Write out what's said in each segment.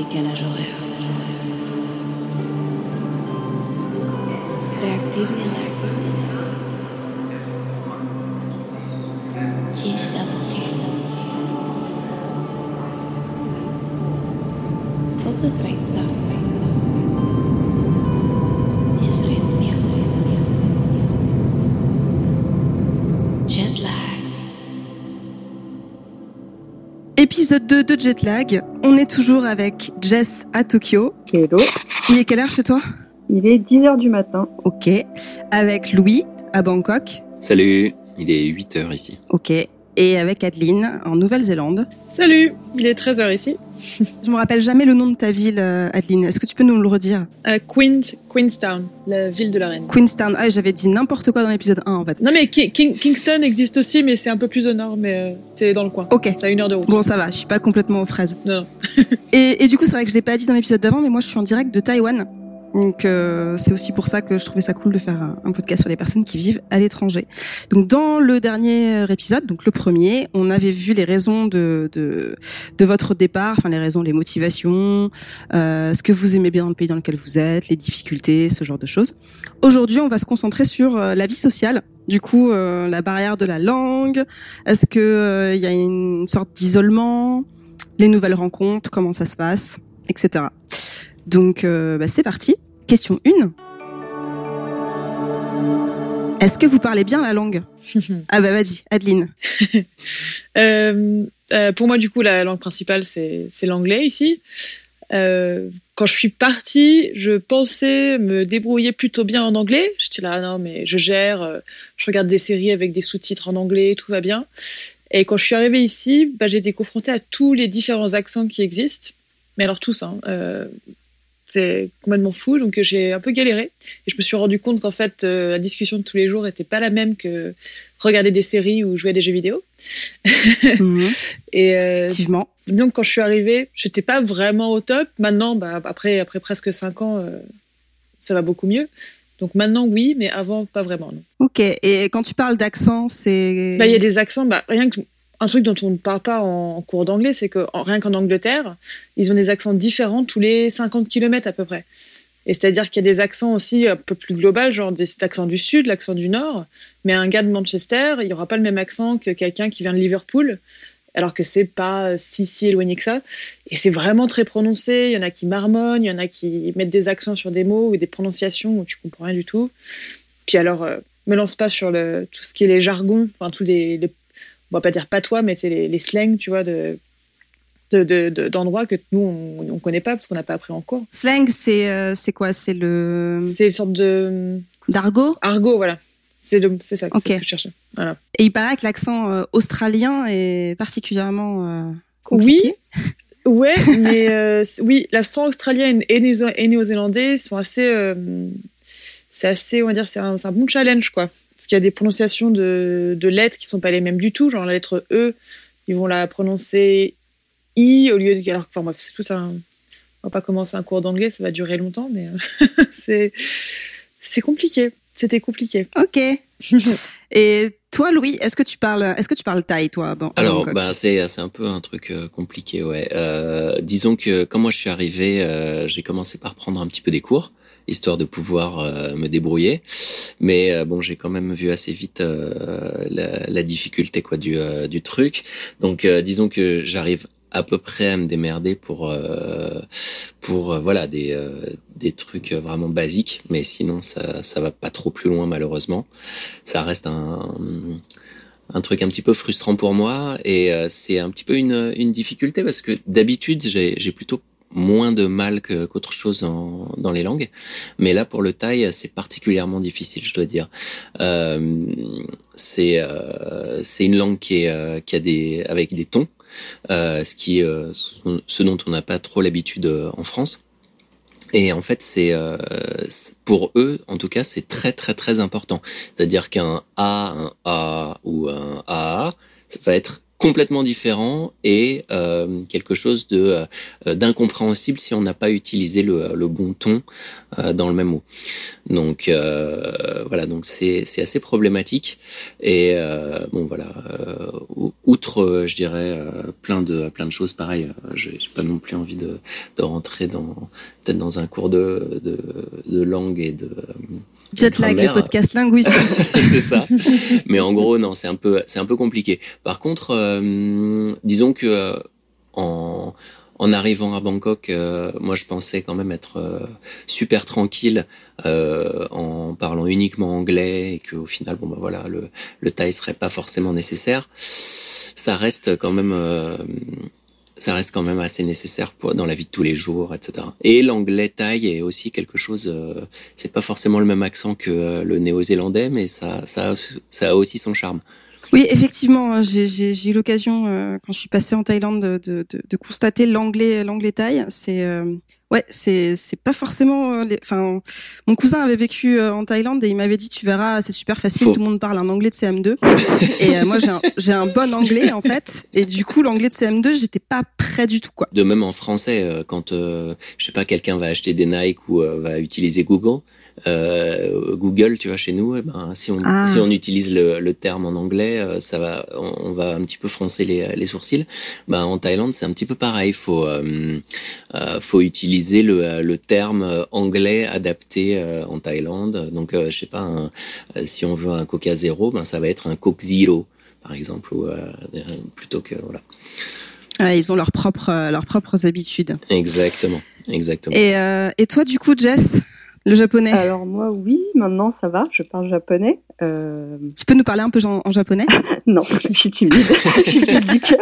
décalage horaire. Reactivity lag. Dziś zabójki. Upp till 30. Jest rytmia. Jet lag. Épisode 2 de Jetlag. On est toujours avec Jess à Tokyo. Hello. Il est quelle heure chez toi ? Il est 10h du matin. Ok. Avec Louis à Bangkok. Salut, il est 8h ici. Ok. Et avec Adeline en Nouvelle-Zélande. Salut, il est 13h ici. Je me rappelle jamais le nom de ta ville, Adeline. Est-ce que tu peux nous le redire ? Queenstown, la ville de la reine. Queenstown. Ah, j'avais dit n'importe quoi dans l'épisode 1 en fait. Non mais Kingston existe aussi, mais c'est un peu plus au nord, mais c'est dans le coin. Ok. C'est à 1 heure de route. Bon, ça va, je suis pas complètement aux fraises. Non. Et du coup, c'est vrai que je l'ai pas dit dans l'épisode d'avant, mais moi je suis en direct de Taïwan. Donc c'est aussi pour ça que je trouvais ça cool de faire un podcast sur les personnes qui vivent à l'étranger. Donc dans le dernier épisode, donc le premier, on avait vu les raisons de votre départ, enfin les raisons, les motivations, ce que vous aimez bien dans le pays dans lequel vous êtes, les difficultés, ce genre de choses. Aujourd'hui, on va se concentrer sur la vie sociale. Du coup, la barrière de la langue, est-ce que y a une sorte d'isolement, les nouvelles rencontres, comment ça se passe, etc. Donc, c'est parti. Question 1. Est-ce que vous parlez bien la langue ? Ah bah vas-y, Adeline. Pour moi, du coup, la langue principale, c'est l'anglais ici. Quand je suis partie, je pensais me débrouiller plutôt bien en anglais. J'étais là, non, mais je gère. Je regarde des séries avec des sous-titres en anglais, tout va bien. Et quand je suis arrivée ici, j'ai été confrontée à tous les différents accents qui existent. Mais alors tous, hein. C'est complètement fou, donc j'ai un peu galéré. Et je me suis rendu compte qu'en fait, la discussion de tous les jours n'était pas la même que regarder des séries ou jouer à des jeux vidéo. Mmh. Et effectivement. donc, quand je suis arrivée, j'étais pas vraiment au top. Maintenant, après presque 5 ans, ça va beaucoup mieux. Donc maintenant, oui, mais avant, pas vraiment. Non. Ok, et quand tu parles d'accent, c'est... Il y a des accents, rien que... Un truc dont on ne parle pas en cours d'anglais, c'est que rien qu'en Angleterre, ils ont des accents différents tous les 50 km à peu près. Et c'est-à-dire qu'il y a des accents aussi un peu plus globaux, genre des accents du sud, l'accent du nord. Mais un gars de Manchester, il n'y aura pas le même accent que quelqu'un qui vient de Liverpool, alors que c'est pas si éloigné que ça. Et c'est vraiment très prononcé. Il y en a qui marmonnent, il y en a qui mettent des accents sur des mots ou des prononciations où tu comprends rien du tout. Puis alors, me lance pas sur tout ce qui est les jargons, enfin tous les on va pas dire patois, mais c'est les slangs, tu vois, d'endroits que nous, on connaît pas parce qu'on n'a pas appris en cours. Slang, c'est quoi ? C'est une sorte d'argot ? Argot, voilà. C'est ça, okay. C'est ce que je cherchais. Voilà. Et il paraît que l'accent australien est particulièrement compliqué. Oui, ouais, mais oui, l'accent australien et néo-zélandais sont assez... c'est assez, on va dire, c'est un bon challenge, quoi. Parce qu'il y a des prononciations de lettres qui sont pas les mêmes du tout. Genre la lettre E, ils vont la prononcer I au lieu de... Alors, enfin bref, c'est tout ça. On va pas commencer un cours d'anglais, ça va durer longtemps, mais c'est compliqué. C'était compliqué. Ok. Et toi, Louis, est-ce que tu parles thaï, toi ? Bon, alors, c'est un peu un truc compliqué, ouais. Disons que quand moi je suis arrivé, j'ai commencé par prendre un petit peu des cours, histoire de pouvoir me débrouiller. Mais j'ai quand même vu assez vite la difficulté quoi du truc. Donc disons que j'arrive à peu près à me démerder pour voilà des trucs vraiment basiques, mais sinon ça va pas trop plus loin malheureusement. Ça reste un truc un petit peu frustrant pour moi et c'est un petit peu une difficulté parce que d'habitude j'ai plutôt moins de mal qu'autre chose dans les langues, mais là pour le thaï c'est particulièrement difficile, je dois dire. C'est une langue qui a avec des tons, ce dont on n'a pas trop l'habitude en France. Et en fait, c'est pour eux, en tout cas, c'est très très très important. C'est-à-dire qu'un A ou un A, ça va être complètement différent et quelque chose d'incompréhensible si on n'a pas utilisé le bon ton dans le même mot. Donc voilà, donc c'est assez problématique et outre, je dirais, plein de choses pareilles. J'ai pas non plus envie de rentrer peut-être dans un cours de langue et de Jetlag, le podcast linguistique. C'est ça. Mais en gros, non, c'est un peu compliqué. Par contre, disons que en arrivant à Bangkok, moi je pensais quand même être super tranquille en parlant uniquement anglais et qu'au final, bon bah voilà, le thaï serait pas forcément nécessaire. Ça reste quand même assez nécessaire dans la vie de tous les jours, etc. Et l'anglais thaï est aussi quelque chose. C'est pas forcément le même accent que le néo-zélandais, mais ça a aussi son charme. Oui, effectivement, j'ai eu l'occasion quand je suis passée en Thaïlande de constater l'anglais thaï. C'est pas forcément. Mon cousin avait vécu en Thaïlande et il m'avait dit tu verras, c'est super facile, tout le monde parle un anglais de CM2. Et moi j'ai un bon anglais en fait, et du coup l'anglais de CM2 j'étais pas prêt du tout quoi. De même en français, quand je sais pas, quelqu'un va acheter des Nike ou va utiliser Google, tu vois, chez nous, si on utilise le terme en anglais, on va un petit peu froncer les sourcils. En Thaïlande, c'est un petit peu pareil. Faut utiliser le terme anglais adapté en Thaïlande. Donc, je sais pas, si on veut un Coca Zero, ça va être un Coke Zero, par exemple, ou plutôt que voilà. Ouais, ils ont leurs propres habitudes. Exactement. Et toi, du coup, Jess? Le japonais? Alors moi, oui, maintenant ça va, je parle japonais. Tu peux nous parler un peu en japonais? Non, je suis timide, je suis pudique.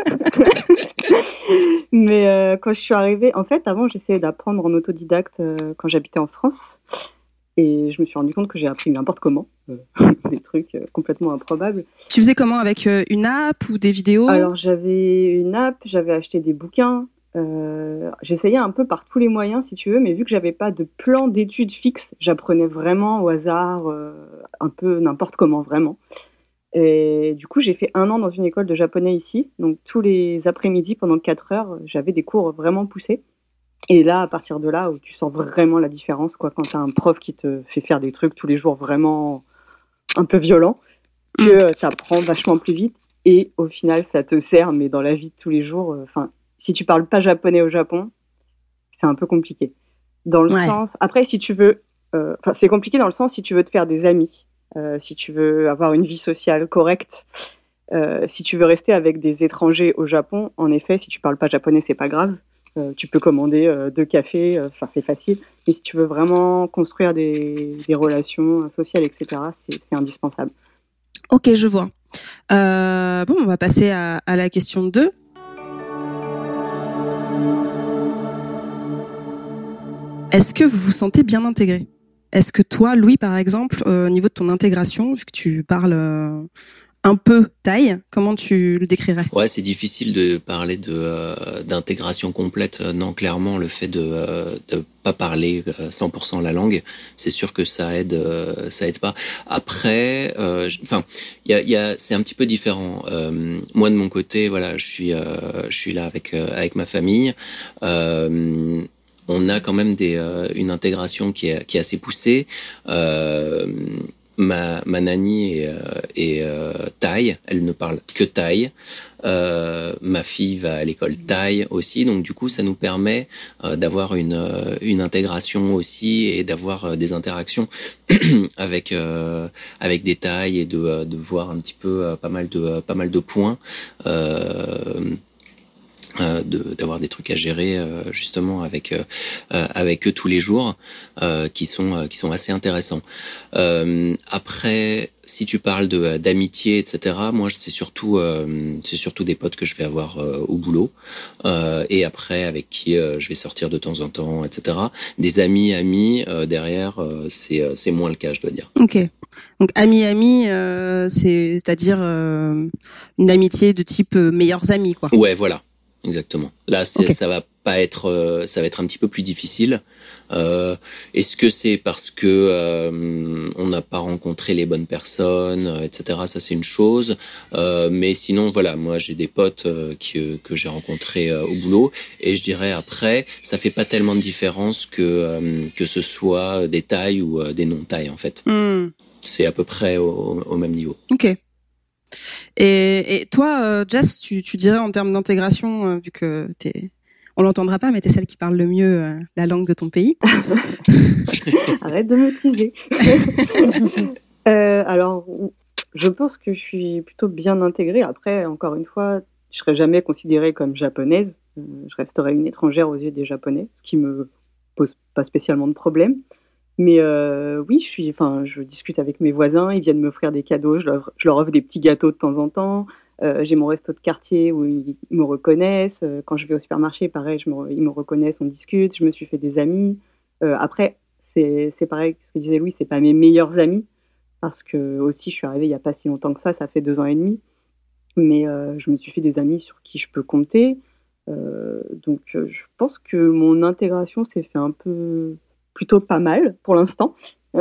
Mais quand je suis arrivée, en fait, avant j'essayais d'apprendre en autodidacte quand j'habitais en France. Et je me suis rendu compte que j'ai appris n'importe comment, des trucs complètement improbables. Tu faisais comment, avec une app ou des vidéos? Alors j'avais une app, j'avais acheté des bouquins. J'essayais un peu par tous les moyens si tu veux, mais vu que j'avais pas de plan d'études fixe, j'apprenais vraiment au hasard, un peu n'importe comment vraiment. Et du coup j'ai fait 1 an dans une école de japonais ici, donc tous les après-midi pendant 4 heures j'avais des cours vraiment poussés. Et là à partir de là où tu sens vraiment la différence quoi, quand t'as un prof qui te fait faire des trucs tous les jours vraiment un peu violents, que t'apprends vachement plus vite et au final ça te sert, mais dans la vie de tous les jours, si tu parles pas japonais au Japon, c'est un peu compliqué. Dans le sens, après, si tu veux, c'est compliqué dans le sens si tu veux te faire des amis, si tu veux avoir une vie sociale correcte, si tu veux rester avec des étrangers au Japon, en effet, si tu parles pas japonais, c'est pas grave. Tu peux commander 2 cafés, c'est facile. Mais si tu veux vraiment construire des relations sociales, etc., c'est indispensable. Ok, je vois. On va passer à la question 2. Est-ce que vous vous sentez bien intégré? Est-ce que toi, Louis, par exemple, au niveau de ton intégration, vu que tu parles un peu thaï, comment tu le décrirais? Ouais, c'est difficile de parler d'intégration complète. Non, clairement, le fait de pas parler 100% la langue, c'est sûr que ça aide pas. Après, c'est un petit peu différent. Moi, de mon côté, voilà, je suis là avec ma famille. On a quand même une intégration qui est assez poussée. Ma nanny est thaï, elle ne parle que thaï. Ma fille va à l'école thaï aussi, donc du coup ça nous permet d'avoir une intégration aussi et d'avoir des interactions avec des thaïs et de voir un petit peu pas mal de points. D'avoir des trucs à gérer justement avec eux tous les jours qui sont assez intéressants. Après, si tu parles d'amitié, etc., moi c'est surtout des potes que je vais avoir au boulot et après avec qui je vais sortir de temps en temps, etc. Des amis derrière, c'est moins le cas, je dois dire. Ok. Donc ami, c'est-à-dire une amitié de type meilleurs amis, quoi. Ouais, voilà. Exactement. Là, ça va être un petit peu plus difficile. Est-ce que c'est parce que on n'a pas rencontré les bonnes personnes, etc. Ça, c'est une chose. Mais sinon, voilà, moi, j'ai des potes que j'ai rencontrés au boulot, et je dirais après, ça fait pas tellement de différence que ce soit des Thaïs ou des non-Thaïs, en fait. C'est à peu près au même niveau. Ok. Et toi, Jess, tu dirais en termes d'intégration, vu que on l'entendra pas, mais t'es celle qui parle le mieux la langue de ton pays. Arrête de me teaser. Alors, je pense que je suis plutôt bien intégrée. Après, encore une fois, je serai jamais considérée comme japonaise. Je resterai une étrangère aux yeux des Japonais, ce qui me pose pas spécialement de problème. Mais oui, je discute avec mes voisins, ils viennent m'offrir des cadeaux, je leur offre des petits gâteaux de temps en temps. J'ai mon resto de quartier où ils me reconnaissent. Quand je vais au supermarché, pareil, ils me reconnaissent, on discute. Je me suis fait des amis. Après, c'est pareil, ce que disait Louis, c'est pas mes meilleurs amis parce que aussi je suis arrivée il y a pas si longtemps que ça fait 2 ans et demi. Mais je me suis fait des amis sur qui je peux compter. Donc je pense que mon intégration s'est fait un peu plutôt pas mal pour l'instant.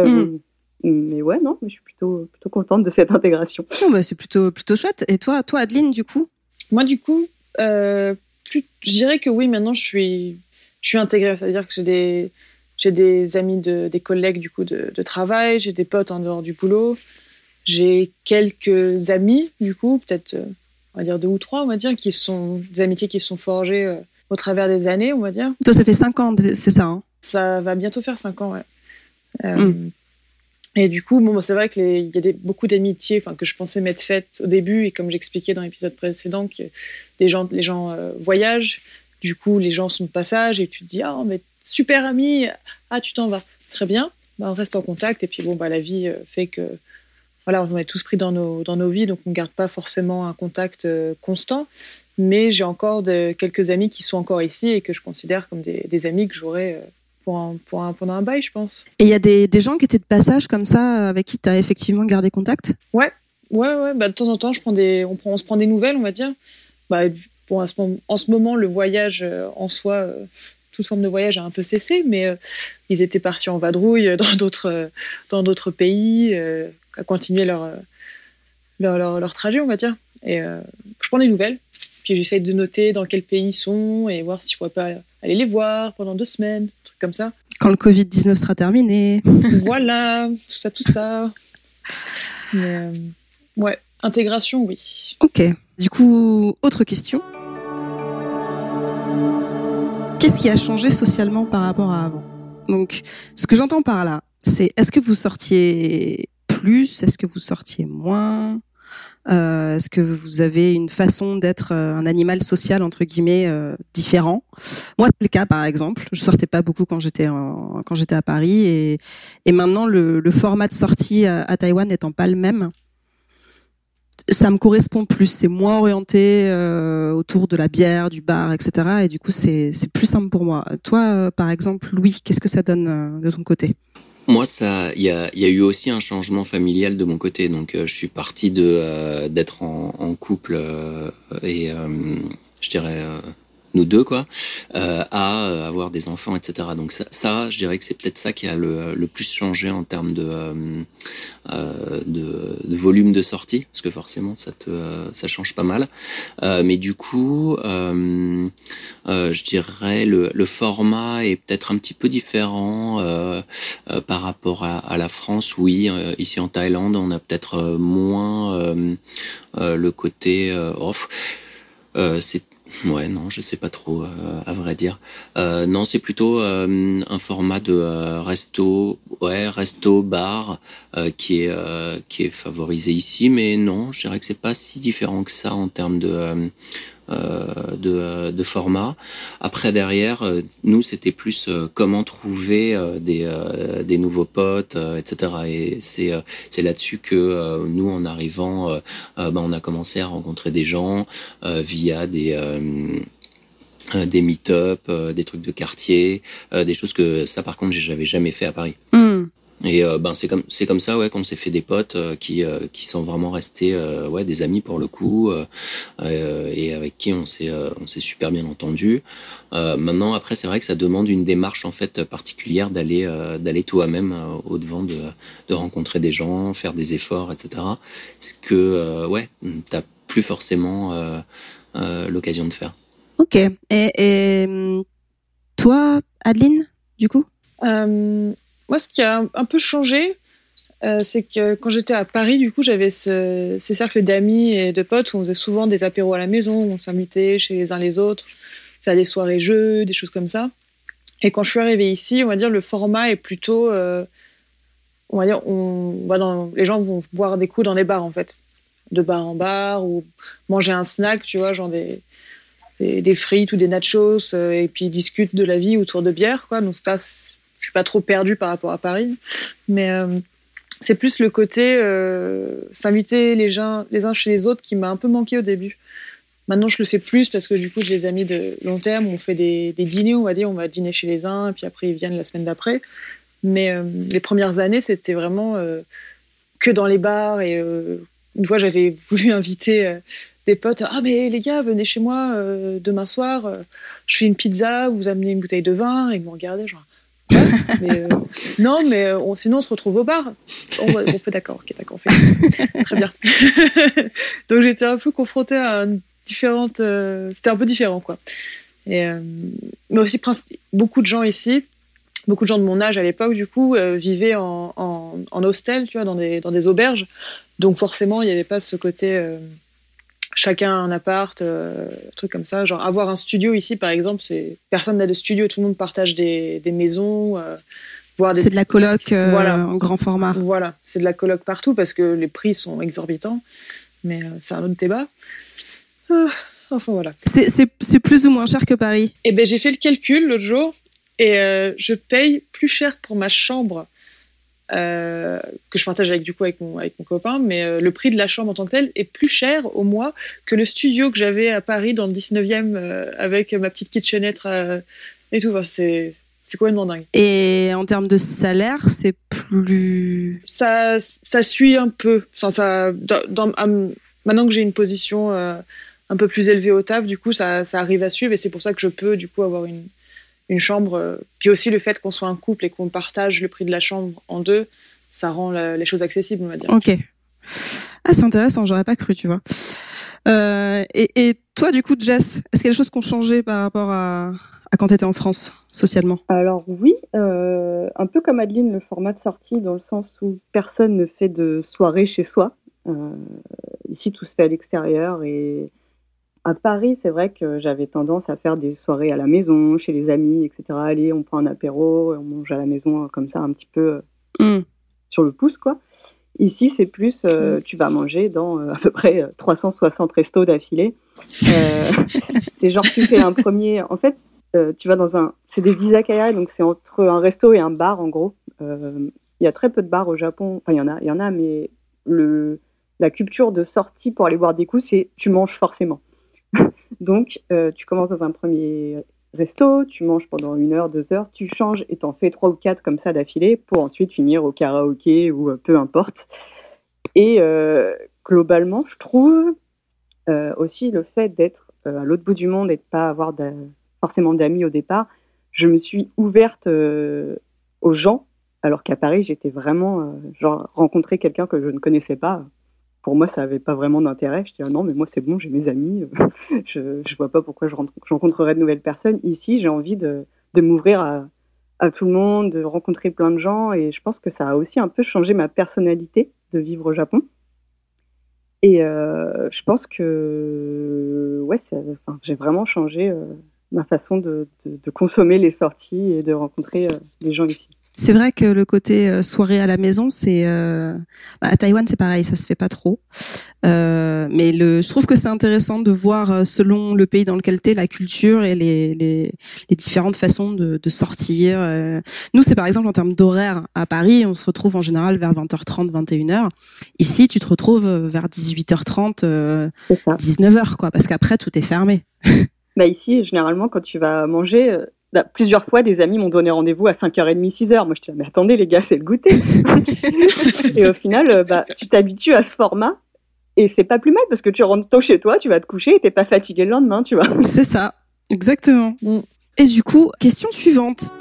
Mais ouais, non, je suis plutôt contente de cette intégration. Non, bah, c'est plutôt chouette. Et toi, Adeline, du coup? Moi, du coup, je dirais que oui, maintenant, je suis intégrée. C'est-à-dire que j'ai des amis, des collègues du coup de travail, j'ai des potes en dehors du boulot, j'ai quelques amis, du coup, peut-être, on va dire 2 ou 3, on va dire, qui sont des amitiés qui se sont forgées au travers des années, on va dire. Toi, ça fait 5 ans, c'est ça, hein? Ça va bientôt faire 5 ans, ouais. Et du coup, bon, c'est vrai qu'il y a beaucoup d'amitiés que je pensais m'être faites au début, et comme j'expliquais dans l'épisode précédent, que les gens voyagent, du coup, les gens sont de passage, et tu te dis, ah, mais super ami, ah, tu t'en vas, très bien, on reste en contact, et puis bon, la vie fait que, voilà, on est tous pris dans nos vies, donc on ne garde pas forcément un contact constant, mais j'ai encore quelques amis qui sont encore ici, et que je considère comme des amis que j'aurai pendant un bail, je pense. Et il y a des gens qui étaient de passage comme ça, avec qui tu as effectivement gardé contact? Ouais. De temps en temps, on se prend des nouvelles, on va dire. En ce moment, le voyage en soi, toute forme de voyage a un peu cessé, mais ils étaient partis en vadrouille dans d'autres pays, à continuer leur trajet, on va dire. Et je prends des nouvelles, puis j'essaye de noter dans quel pays ils sont et voir si je pourrais pas aller les voir pendant 2 semaines, trucs comme ça. Quand le Covid-19 sera terminé. Voilà, tout ça. Mais, ouais, intégration, oui. Ok. Du coup, autre question. Qu'est-ce qui a changé socialement par rapport à avant? Donc, ce que j'entends par là, c'est est-ce que vous sortiez plus? Est-ce que vous sortiez moins? Est-ce que vous avez une façon d'être un animal social entre guillemets différent? Moi, c'est le cas par exemple. Je sortais pas beaucoup quand j'étais à Paris et maintenant le format de sortie à Taïwan n'étant pas le même, ça me correspond plus. C'est moins orienté autour de la bière, du bar, etc. Et du coup, c'est plus simple pour moi. Toi, par exemple, Louis, qu'est-ce que ça donne de ton côté? Moi, il y a eu aussi un changement familial de mon côté. Donc, je suis parti d'être en couple et je dirais nous deux à avoir des enfants, etc. Donc ça, je dirais que c'est peut-être ça qui a le plus changé en termes de volume de sortie, parce que forcément ça change pas mal. Mais du coup, je dirais le format est peut-être un petit peu différent par rapport à la France. Oui, ici en Thaïlande, on a peut-être moins le côté off. Ouais, non, je sais pas trop, à vrai dire. Non, c'est plutôt un format de resto bar qui est favorisé ici, mais non, je dirais que c'est pas si différent que ça en termes de format. Après derrière, nous c'était plus comment trouver des nouveaux potes, etc. Et c'est là-dessus que nous en arrivant, on a commencé à rencontrer des gens via des meet-up, des trucs de quartier, des choses que ça par contre j'avais jamais fait à Paris. Et c'est comme ça qu'on s'est fait des potes qui sont vraiment restés des amis pour le coup et avec qui on s'est super bien entendu. Maintenant après c'est vrai que ça demande une démarche en fait particulière d'aller toi-même au devant de rencontrer des gens, faire des efforts, etc. Ce que t'as plus forcément l'occasion de faire. Ok. Et toi, Adeline, du coup? Moi, ce qui a un peu changé, C'est que quand j'étais à Paris, du coup, j'avais ces cercles d'amis et de potes où on faisait souvent des apéros à la maison, où on s'invitait chez les uns les autres, faire des soirées jeux, des choses comme ça. Et quand je suis arrivée ici, on va dire, le format est plutôt... on va dire, les gens vont boire des coups dans les bars, en fait. De bar en bar, ou manger un snack, tu vois, genre des frites ou des nachos, et puis ils discutent de la vie autour de bière, quoi. Donc ça, je suis pas trop perdue par rapport à Paris. Mais c'est plus le côté s'inviter les uns chez les autres qui m'a un peu manqué au début. Maintenant, je le fais plus parce que du coup, j'ai des amis de long terme. On fait des dîners, on va dire. On va dîner chez les uns, et puis après, ils viennent la semaine d'après. Mais les premières années, c'était vraiment que dans les bars. Et une fois, j'avais voulu inviter des potes. Ah, mais les gars, venez chez moi demain soir. Je fais une pizza, vous amenez une bouteille de vin. Et ils m'ont regardé, genre... mais, non, mais sinon on se retrouve au bar. On fait d'accord, ok, d'accord, on fait ça. Très bien. Donc j'étais un peu confrontée à différentes. C'était un peu différent, quoi. Et, mais aussi beaucoup de gens ici, beaucoup de gens de mon âge à l'époque, du coup, vivaient en hostel, tu vois, dans des auberges. Donc forcément, il n'y avait pas ce côté. Chacun un appart, truc comme ça. Genre avoir un studio ici, par exemple, personne n'a de studio, tout le monde partage des maisons. C'est de la coloc voilà. En grand format. Voilà, c'est de la coloc partout parce que les prix sont exorbitants. Mais c'est un autre débat. Enfin voilà. C'est plus ou moins cher que Paris? Eh ben j'ai fait le calcul l'autre jour et je paye plus cher pour ma chambre. Que je partage avec mon copain, mais le prix de la chambre en tant que tel est plus cher au mois que le studio que j'avais à Paris dans le 19e avec ma petite kitchenette et tout. Enfin, c'est complètement dingue. Et en termes de salaire, c'est plus... Ça suit un peu. Enfin, maintenant que j'ai une position un peu plus élevée au taf, du coup, ça arrive à suivre et c'est pour ça que je peux du coup avoir une chambre, puis aussi le fait qu'on soit un couple et qu'on partage le prix de la chambre en deux, ça rend les choses accessibles, on va dire. Ok. Ah, c'est intéressant, j'aurais pas cru, tu vois. Et toi, du coup, Jess, est-ce qu'il y a des choses qui ont changé par rapport à quand tu étais en France, socialement? Alors oui, un peu comme Adeline, le format de sortie, dans le sens où personne ne fait de soirée chez soi. Ici, tout se fait à l'extérieur et... À Paris, c'est vrai que j'avais tendance à faire des soirées à la maison, chez les amis, etc. Allez, on prend un apéro, on mange à la maison, comme ça, un petit peu sur le pouce, quoi. Ici, c'est plus, tu vas manger dans à peu près 360 restos d'affilée. C'est genre, tu fais un premier... En fait, tu vas dans c'est des izakaya, donc c'est entre un resto et un bar, en gros. Il y a très peu de bars au Japon. Enfin, il y en a, mais la culture de sortie pour aller boire des coups, c'est tu manges forcément. Donc, tu commences dans un premier resto, tu manges pendant 1 heure, 2 heures, tu changes et t'en fais 3 ou 4 comme ça d'affilée pour ensuite finir au karaoké ou peu importe. Et globalement, je trouve aussi le fait d'être à l'autre bout du monde et de ne pas avoir forcément d'amis au départ, je me suis ouverte aux gens, alors qu'à Paris, j'étais vraiment genre rencontrer quelqu'un que je ne connaissais pas. Pour moi, ça n'avait pas vraiment d'intérêt. Je disais, non, mais moi, c'est bon, j'ai mes amis. Je ne vois pas pourquoi je rencontrerais de nouvelles personnes. Ici, j'ai envie de m'ouvrir à tout le monde, de rencontrer plein de gens. Et je pense que ça a aussi un peu changé ma personnalité de vivre au Japon. Et je pense que j'ai vraiment changé ma façon de consommer les sorties et de rencontrer les gens ici. C'est vrai que le côté soirée à la maison, c'est à Taïwan, c'est pareil, ça se fait pas trop. Mais je trouve que c'est intéressant de voir selon le pays dans lequel t'es, la culture et les différentes façons de sortir. Nous, c'est par exemple en termes d'horaire à Paris, on se retrouve en général vers 20h30, 21h. Ici, tu te retrouves vers 18h30, 19h, quoi, parce qu'après tout est fermé. Bah ici, généralement, quand tu vas manger. Plusieurs fois, des amis m'ont donné rendez-vous à 5h30, 6h. Moi, je dis, mais attendez, les gars, c'est le goûter. Et au final, tu t'habitues à ce format. Et c'est pas plus mal parce que tu rentres tôt chez toi, tu vas te coucher et t'es pas fatigué le lendemain, tu vois. C'est ça, exactement. Et du coup, question suivante.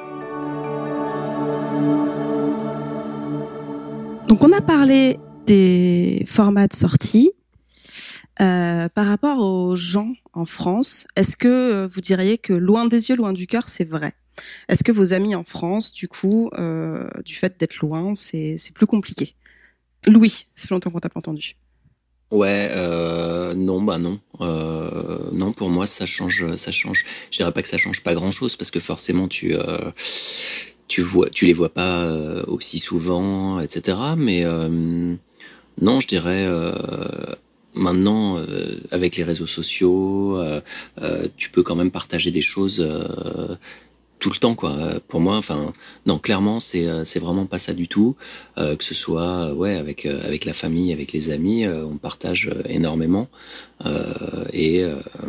Donc, on a parlé des formats de sortie. Par rapport aux gens en France, est-ce que vous diriez que loin des yeux, loin du cœur, c'est vrai? Est-ce que vos amis en France, du coup, du fait d'être loin, c'est plus compliqué? Louis, ça fait longtemps qu'on t'a pas entendu. Ouais, non, non. Non, pour moi, ça change. Je dirais pas que ça change pas grand-chose parce que forcément, tu les vois pas aussi souvent, etc. Mais non, je dirais maintenant, avec les réseaux sociaux, tu peux quand même partager des choses tout le temps, quoi. Pour moi, enfin, non, clairement, c'est vraiment pas ça du tout. Que ce soit, avec la famille, avec les amis, on partage énormément. Et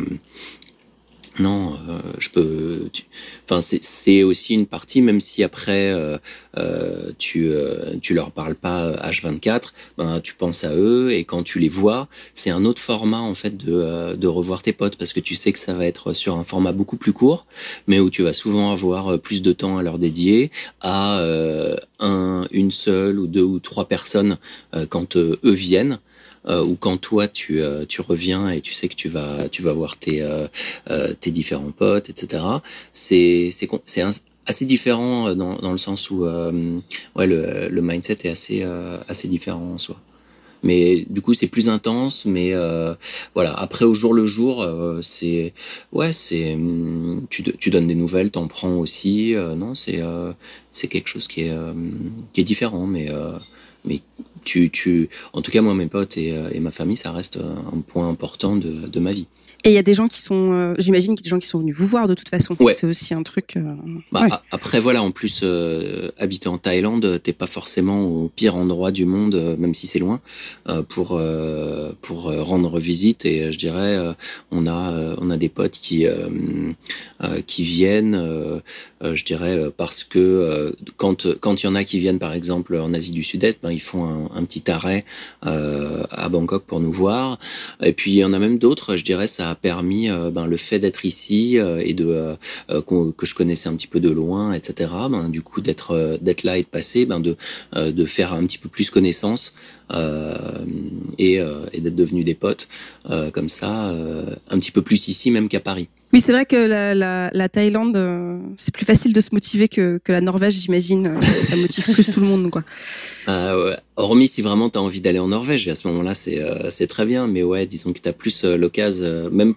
non, enfin, c'est aussi une partie, même si après tu leur parles pas H24, ben tu penses à eux et quand tu les vois, c'est un autre format en fait de revoir tes potes parce que tu sais que ça va être sur un format beaucoup plus court, mais où tu vas souvent avoir plus de temps à leur dédier à une seule ou deux ou trois personnes quand eux viennent. Ou quand toi tu reviens et tu sais que tu vas voir tes différents potes, etc. C'est assez différent dans le sens où le mindset est assez différent en soi. Mais du coup c'est plus intense, mais voilà, après au jour le jour tu donnes des nouvelles, t'en prends aussi, non c'est quelque chose qui est différent, mais en tout cas, moi, mes potes et ma famille, ça reste un point important de ma vie. Et il y a des gens qui sont, j'imagine qu'il y a des gens qui sont venus vous voir de toute façon. Ouais. C'est aussi un truc. Ouais. Après, voilà, en plus, habiter en Thaïlande, t'es pas forcément au pire endroit du monde, même si c'est loin, pour rendre visite. Et je dirais, on a des potes qui viennent, je dirais, parce que quand il y en a qui viennent, par exemple, en Asie du Sud-Est, ben ils font un petit arrêt à Bangkok pour nous voir. Et puis il y en a même d'autres, je dirais, ça a permis le fait d'être ici et que je connaissais un petit peu de loin, etc. Du coup d'être là et de passer, de faire un petit peu plus connaissance et d'être devenus des potes comme ça, un petit peu plus ici même qu'à Paris. Oui, c'est vrai que la Thaïlande, c'est plus facile de se motiver que la Norvège, j'imagine. Ça motive plus tout le monde, quoi. Ouais. Hormis si vraiment tu as envie d'aller en Norvège, et à ce moment-là, c'est très bien. Mais ouais, disons que tu as plus l'occasion, même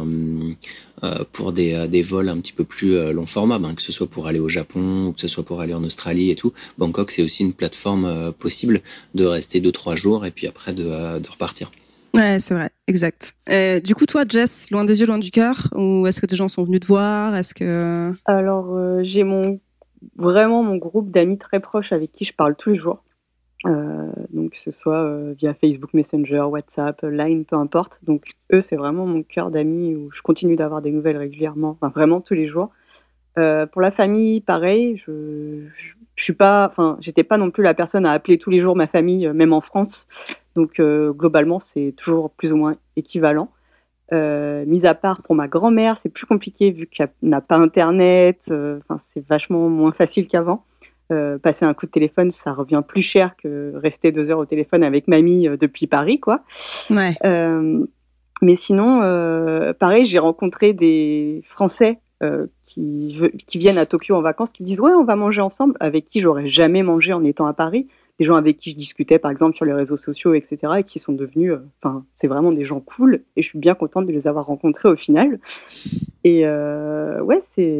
pour des vols un petit peu plus long format, que ce soit pour aller au Japon ou que ce soit pour aller en Australie et tout. Bangkok, c'est aussi une plateforme possible de rester 2-3 jours et puis après de repartir. Ouais, c'est vrai, exact. Du coup, toi, Jess, loin des yeux, loin du cœur, ou est-ce que des gens sont venus te voir? Est-ce que... Alors, j'ai vraiment mon groupe d'amis très proches avec qui je parle tous les jours. Donc, que ce soit via Facebook Messenger, WhatsApp, Line, peu importe. Donc, eux, c'est vraiment mon cœur d'amis où je continue d'avoir des nouvelles régulièrement, enfin, vraiment tous les jours. Pour la famille, pareil, je suis pas, enfin, j'étais pas non plus la personne à appeler tous les jours ma famille, même en France. Donc, globalement, c'est toujours plus ou moins équivalent. Mis à part pour ma grand-mère, c'est plus compliqué vu qu'elle n'a pas Internet. C'est vachement moins facile qu'avant. Passer un coup de téléphone, ça revient plus cher que rester 2 heures au téléphone avec mamie depuis Paris, quoi. Ouais. Mais sinon, pareil, j'ai rencontré des Français qui viennent à Tokyo en vacances, qui me disent « Ouais, on va manger ensemble », avec qui j'aurais jamais mangé en étant à Paris. Des gens avec qui je discutais, par exemple, sur les réseaux sociaux, etc., et qui sont devenus... c'est vraiment des gens cool, et je suis bien contente de les avoir rencontrés au final. Et ouais,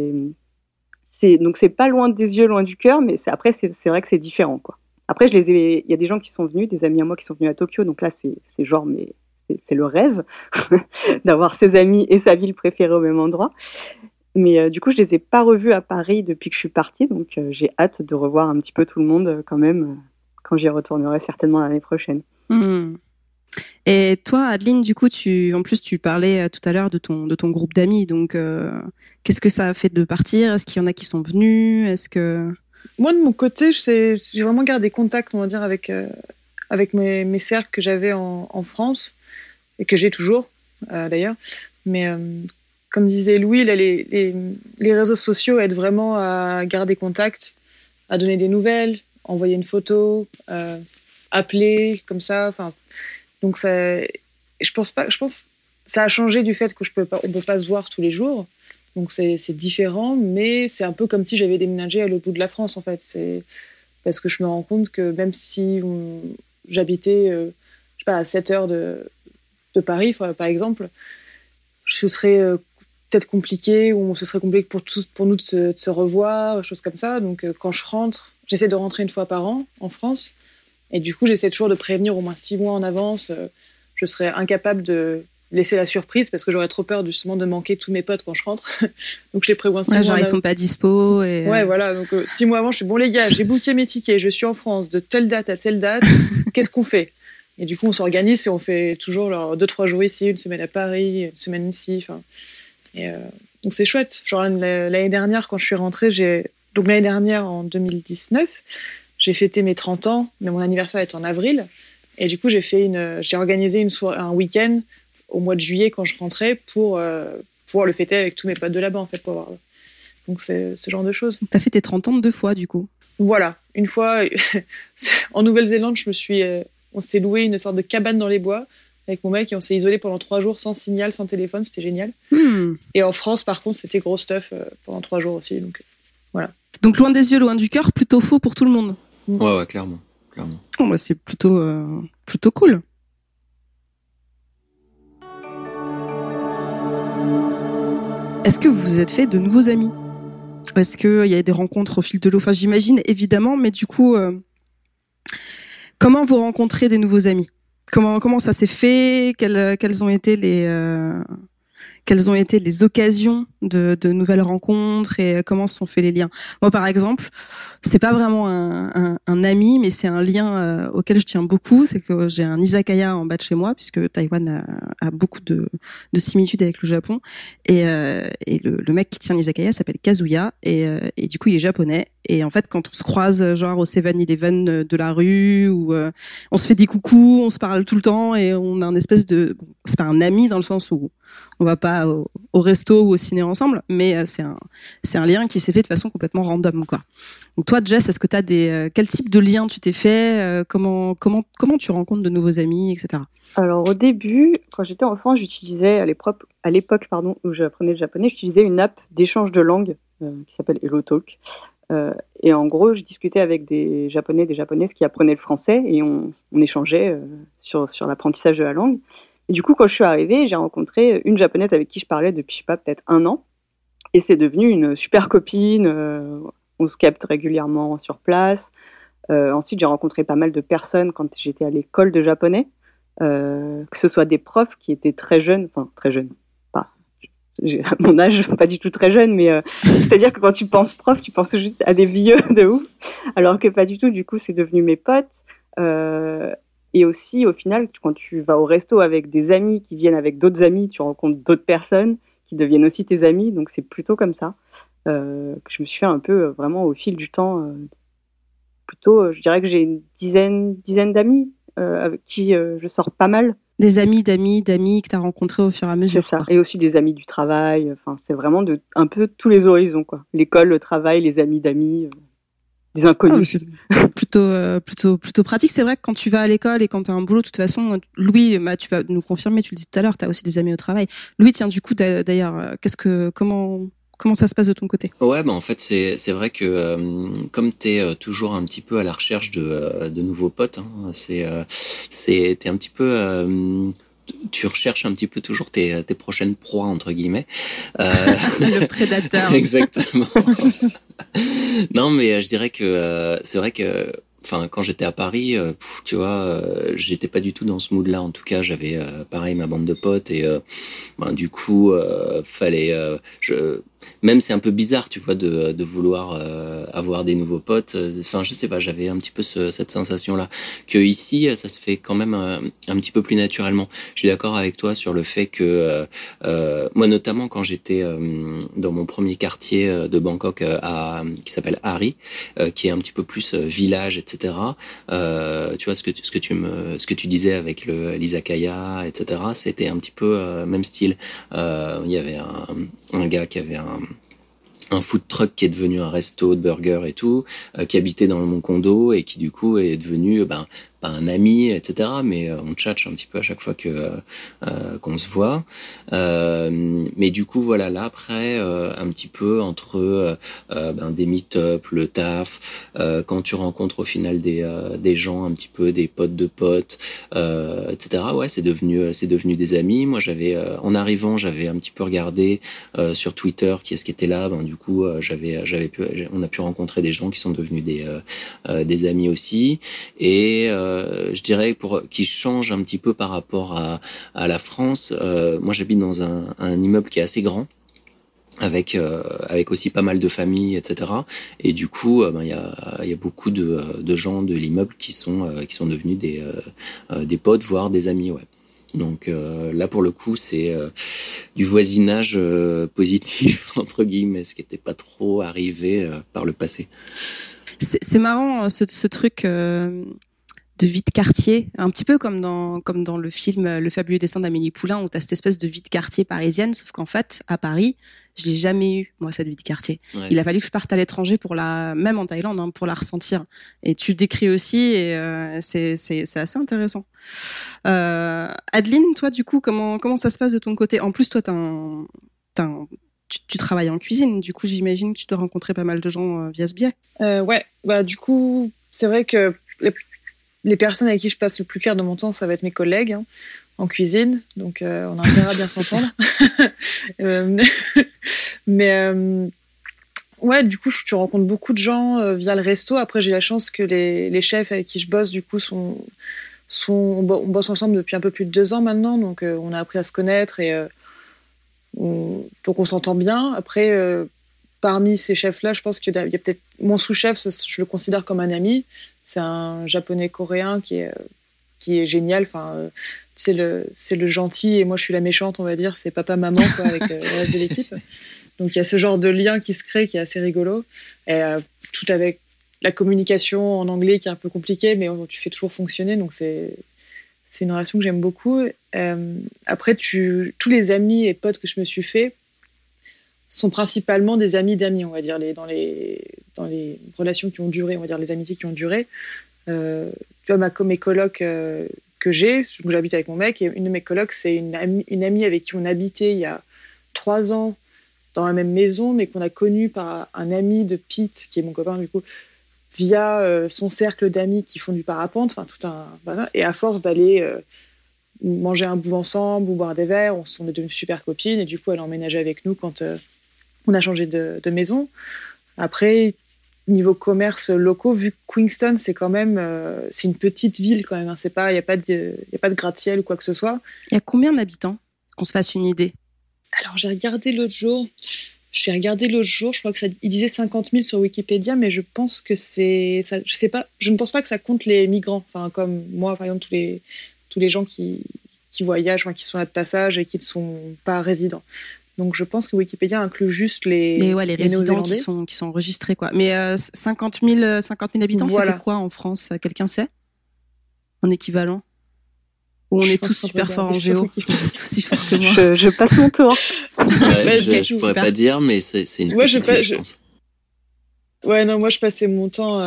donc c'est pas loin des yeux, loin du cœur, mais après, c'est vrai que c'est différent, quoi. Après, il y a des gens qui sont venus, des amis à moi qui sont venus à Tokyo, donc là, c'est genre... c'est le rêve d'avoir ses amis et sa ville préférée au même endroit. Mais du coup, je les ai pas revus à Paris depuis que je suis partie, donc j'ai hâte de revoir un petit peu tout le monde quand même, quand j'y retournerai certainement l'année prochaine. Et toi, Adeline, du coup, tu parlais tout à l'heure de ton groupe d'amis, donc qu'est-ce que ça a fait de partir? Est-ce qu'il y en a qui sont venus? Est-ce que... Moi, de mon côté, j'ai vraiment gardé contact, on va dire, avec mes cercles que j'avais en France, et que j'ai toujours, d'ailleurs. Mais comme disait Louis, là, les réseaux sociaux aident vraiment à garder contact, à donner des nouvelles, envoyer une photo, appeler, comme ça. Donc, je pense que ça a changé du fait qu'on ne peut pas se voir tous les jours. Donc, c'est différent, mais c'est un peu comme si j'avais déménagé à l'autre bout de la France, en fait. C'est parce que je me rends compte que même si j'habitais, je sais pas, à 7 heures de Paris, par exemple, ce serait peut-être compliqué, ou ce serait compliqué pour nous de se revoir, choses comme ça. Donc, quand je rentre, j'essaie de rentrer une fois par an en France. Et du coup, j'essaie toujours de prévenir au moins 6 mois en avance. Je serais incapable de laisser la surprise parce que j'aurais trop peur justement de manquer tous mes potes quand je rentre. Donc, je les prévois 6 mois. Genre, ils sont pas dispo. Et... Ouais, voilà. Donc, 6 mois avant, je suis bon, les gars, j'ai booké mes tickets, je suis en France de telle date à telle date. Qu'est-ce qu'on fait? Et du coup, on s'organise et on fait toujours 2-3 jours ici, une semaine à Paris, une semaine ici. Donc, c'est chouette. Genre, l'année dernière, quand je suis rentrée, donc l'année dernière, en 2019, j'ai fêté mes 30 ans, mais mon anniversaire est en avril. Et du coup, j'ai organisé un week-end au mois de juillet quand je rentrais pour pouvoir le fêter avec tous mes potes de là-bas, en fait. Donc, c'est ce genre de choses. T'as fait tes 30 ans 2 fois, du coup. Voilà. Une fois, en Nouvelle-Zélande, on s'est loué une sorte de cabane dans les bois avec mon mec et on s'est isolé pendant 3 jours sans signal, sans téléphone. C'était génial. Et en France, par contre, c'était gros stuff pendant 3 jours aussi. Donc, voilà. Donc, loin des yeux, loin du cœur, plutôt faux pour tout le monde. Ouais, clairement. Oh, bah, c'est plutôt cool. Est-ce que vous vous êtes fait de nouveaux amis? Est-ce qu'il y a des rencontres au fil de l'eau? Enfin, j'imagine, évidemment, mais du coup, comment vous rencontrez des nouveaux amis? Comment ça s'est fait? Quelles ont été les occasions de nouvelles rencontres et comment se sont faits les liens? Moi, par exemple, c'est pas vraiment un ami, mais c'est un lien auquel je tiens beaucoup. C'est que j'ai un izakaya en bas de chez moi, puisque Taïwan a beaucoup de similitudes avec le Japon. Et le mec qui tient l'izakaya s'appelle Kazuya et du coup, il est japonais. Et en fait, quand on se croise, genre au 7-Eleven de la rue, ou on se fait des coucous, on se parle tout le temps et on a un espèce de... c'est pas un ami dans le sens où on va pas au resto ou au ciné ensemble, mais c'est un lien qui s'est fait de façon complètement random, quoi. Donc toi, Jess, est-ce que t'as quel type de lien tu t'es fait? Comment tu rencontres de nouveaux amis, etc. Alors au début, quand j'étais enfant, j'utilisais à l'époque, où j'apprenais le japonais, j'utilisais une app d'échange de langue qui s'appelle HelloTalk. Et en gros, je discutais avec des Japonais, des Japonaises qui apprenaient le français et on échangeait sur l'apprentissage de la langue. Et du coup, quand je suis arrivée, j'ai rencontré une Japonaise avec qui je parlais depuis, je sais pas, peut-être 1 an. Et c'est devenu une super copine. On se capte régulièrement sur place. Ensuite, j'ai rencontré pas mal de personnes quand j'étais à l'école de japonais. Que ce soit des profs qui étaient très jeunes, j'ai à mon âge, pas du tout très jeune, mais c'est-à-dire que quand tu penses prof, tu penses juste à des vieux de ouf, alors que pas du tout. Du coup, c'est devenu mes potes. Et aussi, au final, quand tu vas au resto avec des amis qui viennent avec d'autres amis, tu rencontres d'autres personnes qui deviennent aussi tes amis. Donc, c'est plutôt comme ça que je me suis fait un peu vraiment au fil du temps. Plutôt, je dirais que j'ai une dizaine d'amis avec qui je sors pas mal. Des amis que tu as rencontrés au fur et à mesure. C'est ça. Quoi. Et aussi des amis du travail. Enfin, c'est vraiment un peu tous les horizons, quoi. L'école, le travail, les amis d'amis, des inconnus. Ah, plutôt pratique. C'est vrai que quand tu vas à l'école et quand tu as un boulot, de toute façon, Louis, tu vas nous confirmer, tu le dis tout à l'heure, tu as aussi des amis au travail. Louis, tiens, du coup, d'ailleurs, comment ça se passe de ton côté? Ouais, en fait, c'est vrai que comme t'es toujours un petit peu à la recherche de nouveaux potes, hein, t'es un petit peu tu recherches un petit peu toujours tes prochaines proies entre guillemets. Le prédateur. Exactement. Non, mais je dirais que c'est vrai que. Enfin, quand j'étais à Paris, tu vois, j'étais pas du tout dans ce mood-là. En tout cas, j'avais pareil ma bande de potes et du coup, fallait. Même c'est un peu bizarre, tu vois, de vouloir avoir des nouveaux potes. Enfin, je sais pas, j'avais un petit peu cette sensation-là. Que ici, ça se fait quand même un petit peu plus naturellement. Je suis d'accord avec toi sur le fait que moi, notamment quand j'étais dans mon premier quartier de Bangkok, qui s'appelle Hari, qui est un petit peu plus village, etc. Tu vois ce que tu disais avec l'izakaya, etc. C'était un petit peu même style. Il y avait un gars qui avait un food truck qui est devenu un resto de burgers et tout, qui habitait dans mon condo et qui du coup est devenu pas un ami, etc. Mais on tchatche un petit peu à chaque fois qu'on se voit. Mais du coup, voilà, là après, un petit peu entre des meet-up, le taf, quand tu rencontres au final des gens, un petit peu des potes de potes, etc. Ouais, c'est devenu des amis. Moi, en arrivant, j'avais un petit peu regardé sur Twitter qui est-ce qui était là. Du coup, on a pu rencontrer des gens qui sont devenus des amis aussi. Et je dirais qui change un petit peu par rapport à la France. Moi, j'habite dans un immeuble qui est assez grand, avec aussi pas mal de familles, etc. Et du coup, il y a beaucoup de gens de l'immeuble qui sont devenus des potes, voire des amis, ouais. Donc là, pour le coup, c'est du voisinage positif entre guillemets, ce qui n'était pas trop arrivé par le passé. C'est marrant ce truc de vie de quartier, un petit peu comme dans le film Le fabuleux destin d'Amélie Poulain, où t'as cette espèce de vie de quartier parisienne, sauf qu'en fait, à Paris, je l'ai jamais eu, moi, cette vie de quartier. Ouais. Il a fallu que je parte à l'étranger même en Thaïlande, pour la ressentir. Et tu décris aussi, et c'est assez intéressant. Adeline, toi, du coup, comment ça se passe de ton côté? En plus, toi, tu travailles en cuisine, du coup, j'imagine que tu dois rencontrer pas mal de gens via ce biais. Ouais, du coup, c'est vrai que les personnes avec qui je passe le plus clair de mon temps, ça va être mes collègues en cuisine, donc on a intérêt à bien s'entendre. Mais ouais, du coup, tu rencontres beaucoup de gens via le resto. Après, j'ai la chance que les chefs avec qui je bosse, du coup, on bosse ensemble depuis un peu plus de 2 ans maintenant, donc on a appris à se connaître et donc on s'entend bien. Après, parmi ces chefs-là, je pense qu'il y a peut-être mon sous-chef, je le considère comme un ami. C'est un japonais coréen qui est génial. Enfin, c'est le gentil et moi je suis la méchante, on va dire. C'est papa maman quoi, avec le reste de l'équipe. Donc il y a ce genre de lien qui se crée qui est assez rigolo. Et tout avec la communication en anglais qui est un peu compliquée, mais tu fais toujours fonctionner. Donc c'est une relation que j'aime beaucoup. Après, tous les amis et potes que je me suis fait sont principalement des amis d'amis, on va dire, dans les relations qui ont duré, on va dire les amitiés qui ont duré. Tu vois, mes colocs que j'ai, donc j'habite avec mon mec, et une de mes colocs, c'est une amie avec qui on habitait il y a 3 ans dans la même maison, mais qu'on a connue par un ami de Pete, qui est mon copain du coup, via son cercle d'amis qui font du parapente, enfin tout un... Voilà. Et à force d'aller manger un bout ensemble ou boire des verres, on est devenues super copines, et du coup elle a emménagé avec nous quand on a changé de maison. Après, niveau commerce locaux, vu que Queenstown, c'est quand même c'est une petite ville quand même. Hein. Il n'y a pas de gratte-ciel ou quoi que ce soit. Il y a combien d'habitants? Qu'on se fasse une idée. Alors, j'ai regardé l'autre jour. Je crois que il disait 50 000 sur Wikipédia, mais je pense que c'est... Ça, je sais pas, je ne pense pas que ça compte les migrants. Enfin, comme moi, par exemple, tous les gens qui voyagent, enfin, qui sont là de passage et qui ne sont pas résidents. Donc, je pense que Wikipédia inclut juste les résidents qui sont enregistrés, quoi. Mais 50 000 habitants, voilà. Ça fait quoi en France? Quelqu'un sait? En équivalent? Ou on est tous super forts en géo? Vous êtes tous aussi forts que moi. Je passe mon tour. Ouais, je pourrais pas dire, mais c'est une petite ville, je pense. Ouais, non, moi je passais mon temps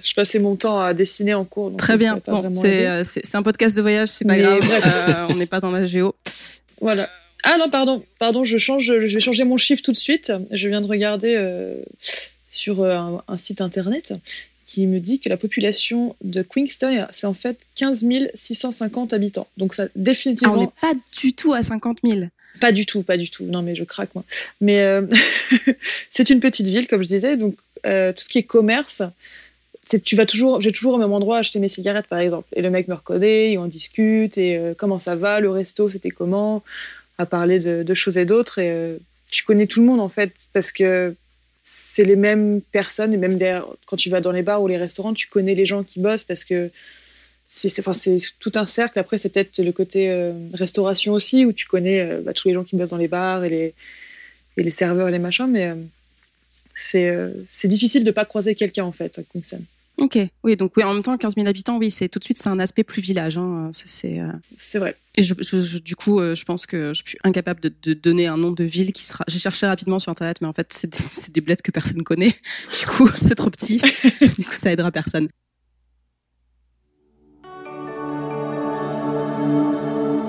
à dessiner en cours. Donc très bien. Bon, c'est un podcast de voyage, c'est pas grave. On n'est pas dans la géo. Voilà. Ah non, pardon, je vais changer mon chiffre tout de suite. Je viens de regarder sur un site internet qui me dit que la population de Queenstown, c'est en fait 15 650 habitants. Donc ça, définitivement... on n'est pas du tout à 50 000. Pas du tout. Non, mais je craque, moi. Mais c'est une petite ville, comme je disais. Donc, tout ce qui est commerce, j'ai toujours au même endroit acheter mes cigarettes, par exemple. Et le mec me reconnaît, et on discute, et comment ça va, le resto, c'était comment, à parler de choses et d'autres. Et tu connais tout le monde, en fait, parce que c'est les mêmes personnes, et même quand tu vas dans les bars ou les restaurants, tu connais les gens qui bossent, parce que c'est tout un cercle. Après, c'est peut-être le côté restauration aussi, où tu connais tous les gens qui bossent dans les bars et les serveurs et les machins, mais c'est difficile de ne pas croiser quelqu'un, en fait, à Queenstown. Ok, oui, donc oui, en même temps, 15 000 habitants, oui, c'est un aspect plus village. Hein, c'est vrai. Et du coup, je pense que je suis incapable de donner un nom de ville qui sera... J'ai cherché rapidement sur Internet, mais en fait, c'est des bleds que personne connaît. Du coup, c'est trop petit. Du coup, ça aidera personne.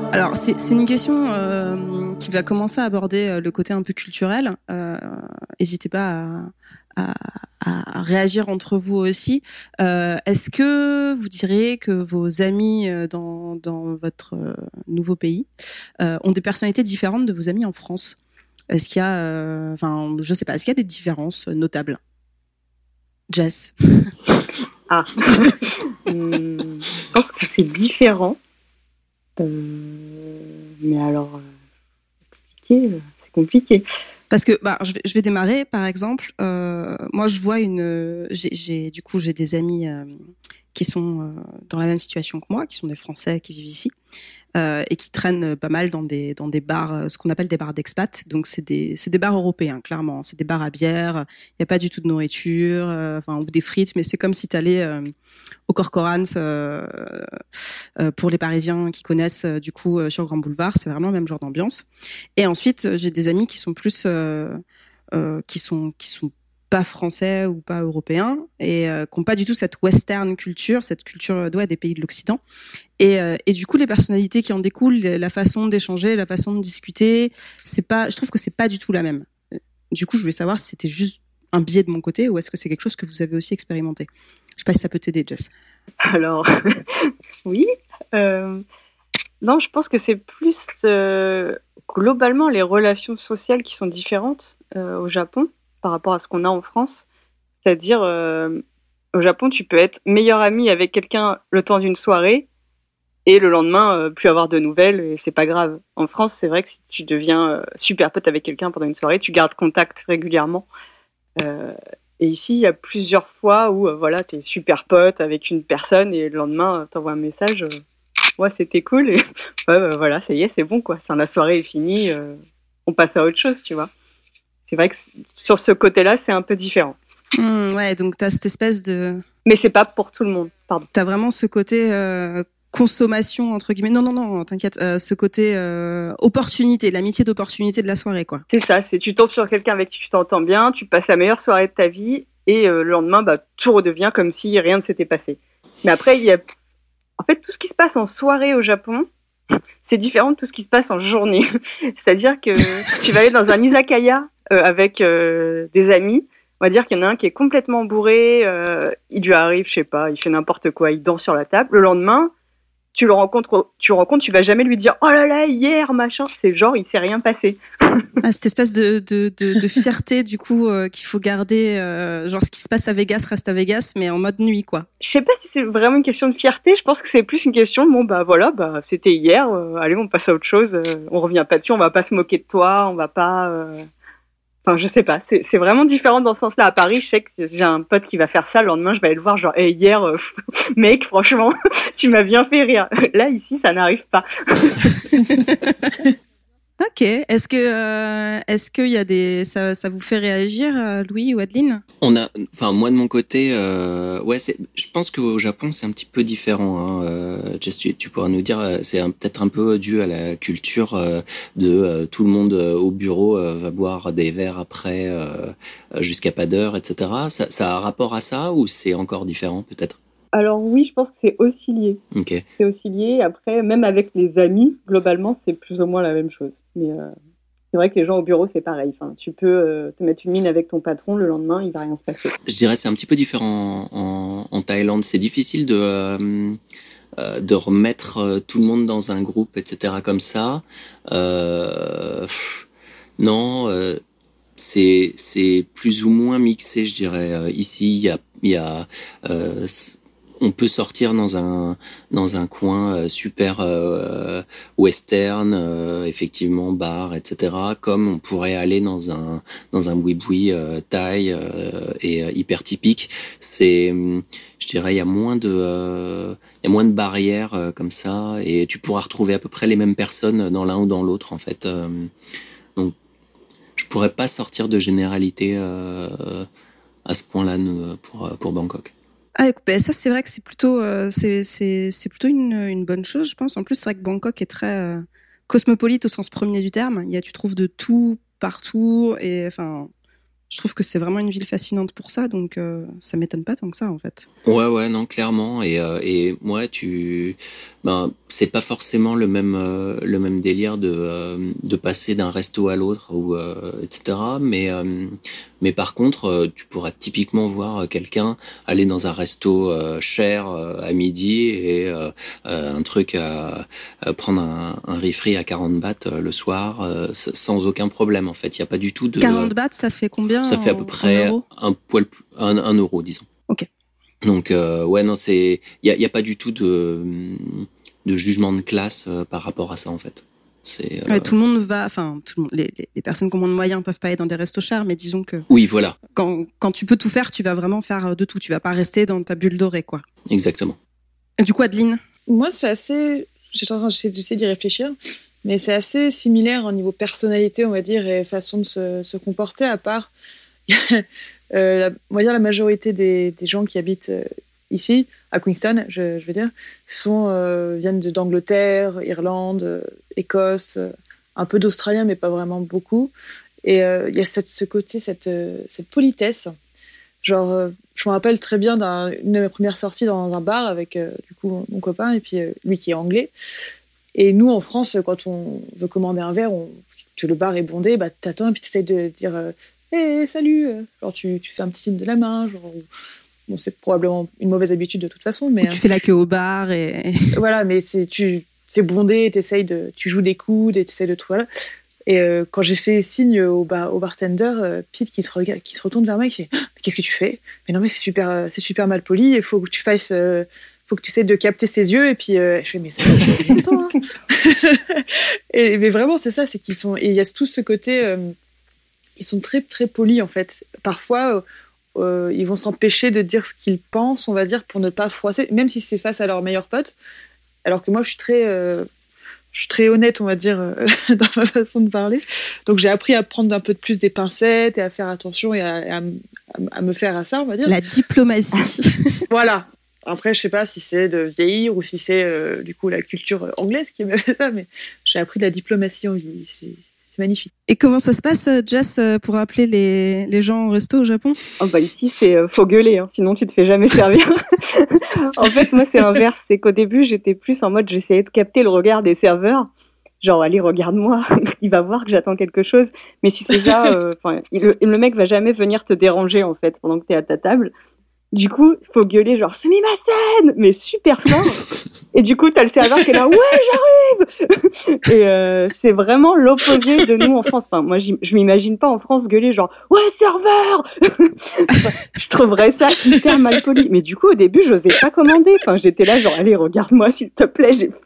Alors, c'est une question qui va commencer à aborder le côté un peu culturel. N'hésitez pas à réagir entre vous aussi. Est-ce que vous diriez que vos amis dans votre nouveau pays ont des personnalités différentes de vos amis en France? Est-ce qu'il y a, je sais pas, est-ce qu'il y a des différences notables? Jess. Ah, je pense que c'est différent. Mais alors, c'est compliqué. Parce que je vais démarrer par exemple. Moi, je vois j'ai des amis qui sont dans la même situation que moi, qui sont des Français qui vivent ici et qui traînent pas mal dans des bars, ce qu'on appelle des bars d'expat. Donc c'est des bars européens, clairement. C'est des bars à bière. Il y a pas du tout de nourriture, ou des frites, mais c'est comme si t'allais au Corcoran pour les Parisiens qui connaissent sur Grand Boulevard. C'est vraiment le même genre d'ambiance. Et ensuite, j'ai des amis qui sont plus qui sont pas français ou pas européens et qui n'ont pas du tout cette western culture, cette culture des pays de l'Occident. Et du coup, les personnalités qui en découlent, la façon d'échanger, la façon de discuter, je trouve que c'est pas du tout la même. Du coup, je voulais savoir si c'était juste un biais de mon côté ou est-ce que c'est quelque chose que vous avez aussi expérimenté. Je sais pas si ça peut t'aider, Jess. Alors, oui. Non, je pense que c'est plus globalement les relations sociales qui sont différentes au Japon par rapport à ce qu'on a en France. C'est-à-dire, au Japon, tu peux être meilleur ami avec quelqu'un le temps d'une soirée et le lendemain, plus avoir de nouvelles et c'est pas grave. En France, c'est vrai que si tu deviens super pote avec quelqu'un pendant une soirée, tu gardes contact régulièrement. Et ici, il y a plusieurs fois où tu es super pote avec une personne et le lendemain, tu envoies un message ouais, c'était cool. Et voilà, ça y est, c'est bon, quoi. La soirée est finie, on passe à autre chose, tu vois. C'est vrai que sur ce côté-là, c'est un peu différent. Ouais, donc tu as cette espèce de... Mais c'est pas pour tout le monde, pardon. Tu as vraiment ce côté consommation, entre guillemets. Non, t'inquiète. Ce côté opportunité, l'amitié d'opportunité de la soirée, quoi. C'est ça, tu tombes sur quelqu'un avec qui tu t'entends bien, tu passes la meilleure soirée de ta vie et le lendemain, tout redevient comme si rien ne s'était passé. Mais après, il y a... En fait, tout ce qui se passe en soirée au Japon, c'est différent de tout ce qui se passe en journée. C'est-à-dire que tu vas aller dans un izakaya avec des amis. On va dire qu'il y en a un qui est complètement bourré, il lui arrive, je sais pas, il fait n'importe quoi, il danse sur la table. Le lendemain, tu le rencontres, tu vas jamais lui dire « Oh là là, hier, machin ». C'est genre, il s'est rien passé. Cette espèce de fierté, du coup, qu'il faut garder. Genre, ce qui se passe à Vegas reste à Vegas, mais en mode nuit, quoi. Je sais pas si c'est vraiment une question de fierté. Je pense que c'est plus une question de c'était hier, allez, on passe à autre chose. On revient pas dessus, on va pas se moquer de toi, on va pas... Enfin, je sais pas, c'est vraiment différent dans ce sens-là. À Paris, je sais que j'ai un pote qui va faire ça. Le lendemain, je vais aller le voir, genre, hey, hier, mec, franchement, tu m'as bien fait rire. Là, ici, ça n'arrive pas. Ok. Est-ce que y a ça vous fait réagir, Louis ou Adeline? Moi de mon côté, je pense qu'au Japon c'est un petit peu différent. Jess, tu pourras nous dire, c'est peut-être un peu dû à la culture de tout le monde au bureau va boire des verres après jusqu'à pas d'heure, etc. Ça a un rapport à ça ou c'est encore différent peut-être? Alors oui, je pense que c'est aussi lié. Okay. C'est aussi lié. Après, même avec les amis, globalement, c'est plus ou moins la même chose. Mais c'est vrai que les gens au bureau, c'est pareil. Enfin, tu peux te mettre une mine avec ton patron, le lendemain, il va rien se passer. Je dirais que c'est un petit peu différent en Thaïlande. C'est difficile de remettre tout le monde dans un groupe, etc. comme ça. C'est plus ou moins mixé, je dirais. Ici, il y a on peut sortir dans un coin super western, effectivement bar, etc. Comme on pourrait aller dans un boui-boui thaï et hyper typique. Je dirais, il y a moins de barrières comme ça, et tu pourras retrouver à peu près les mêmes personnes dans l'un ou dans l'autre en fait. Donc, je pourrais pas sortir de généralité à ce point-là pour Bangkok. Ah, ça c'est vrai que c'est plutôt une bonne chose, je pense. En plus, c'est vrai que Bangkok est très cosmopolite au sens premier du terme. Tu trouves de tout partout et enfin, je trouve que c'est vraiment une ville fascinante pour ça, donc ça m'étonne pas tant que ça en fait. Ouais, non, clairement. Et moi, c'est pas forcément le même délire de passer d'un resto à l'autre ou etc. Mais par contre, tu pourras typiquement voir quelqu'un aller dans un resto cher à midi et un truc à prendre un riz frit à 40 bahts le soir sans aucun problème en fait. Il y a pas du tout de 40 bahts, ça fait combien? Ça fait à peu près un euro, disons. Ok. Donc ouais, non, il y a pas du tout de jugement de classe par rapport à ça en fait. Ouais, tout le monde va, enfin, les personnes qui ont moins de moyens peuvent pas aller dans des restos chers, mais disons que. Oui, voilà. Quand tu peux tout faire, tu vas vraiment faire de tout. Tu vas pas rester dans ta bulle dorée, quoi. Exactement. Et du coup, Adeline? Moi, c'est assez. J'essaie d'y réfléchir, mais c'est assez similaire au niveau personnalité, on va dire, et façon de se comporter, à part. On va dire la majorité des gens qui habitent ici, à Queenstown, je veux dire, viennent d'Angleterre, Irlande, Écosse, un peu d'Australien, mais pas vraiment beaucoup. Et il y a ce côté, cette politesse. Genre, je me rappelle très bien d'une de mes premières sorties dans un bar avec du coup mon copain et puis lui qui est anglais. Et nous, en France, quand on veut commander un verre, que le bar est bondé, bah, t'attends et puis t'essayes de dire hey, salut. Genre, tu fais un petit signe de la main. Genre, bon, c'est probablement une mauvaise habitude de toute façon. Mais, tu fais la queue au bar et. Voilà, mais c'est bondé, tu joues des coudes et t'essayes de tout. Voilà. Et quand j'ai fait signe au bartender, Pete qui se retourne vers moi et qui fait mais qu'est-ce que tu fais? Mais non, mais c'est super mal poli. Il faut que tu fasses. Faut que tu essaies de capter ses yeux. Et puis je fais mais ça fait longtemps. Hein. Mais vraiment, c'est ça. C'est qu'ils sont. Et il y a tout ce côté. Ils sont très, très polis, en fait. Parfois, ils vont s'empêcher de dire ce qu'ils pensent, on va dire, pour ne pas froisser, même si c'est face à leur meilleur pote. Alors que moi, je suis très honnête, on va dire, dans ma façon de parler. Donc, j'ai appris à prendre un peu de plus des pincettes et à faire attention et à me faire à ça, on va dire. La diplomatie. Voilà. Après, je sais pas si c'est de vieillir ou si c'est, du coup, la culture anglaise qui me fait ça, mais j'ai appris de la diplomatie en vie. C'est magnifique. Et comment ça se passe, Jess, pour appeler les gens au resto au Japon? Oh bah ici, c'est faut gueuler, hein, sinon tu te fais jamais servir. En fait, moi, c'est inverse. C'est qu'au début, j'étais plus en mode, j'essayais de capter le regard des serveurs. Genre, allez, regarde-moi, il va voir que j'attends quelque chose. Mais si c'est ça, le mec va jamais venir te déranger, en fait, pendant que t'es à ta table. Du coup, il faut gueuler genre « Sumimasen !» mais super fort. Et du coup, t'as le serveur qui est là « Ouais, j'arrive !» Et c'est vraiment l'opposé de nous en France. Enfin, moi, je m'imagine pas en France gueuler genre « Ouais, serveur !» Je trouverais ça hyper mal poli. Mais du coup, au début, j'osais pas commander. Enfin, j'étais là genre « Allez, regarde-moi, s'il te plaît, j'ai faim !»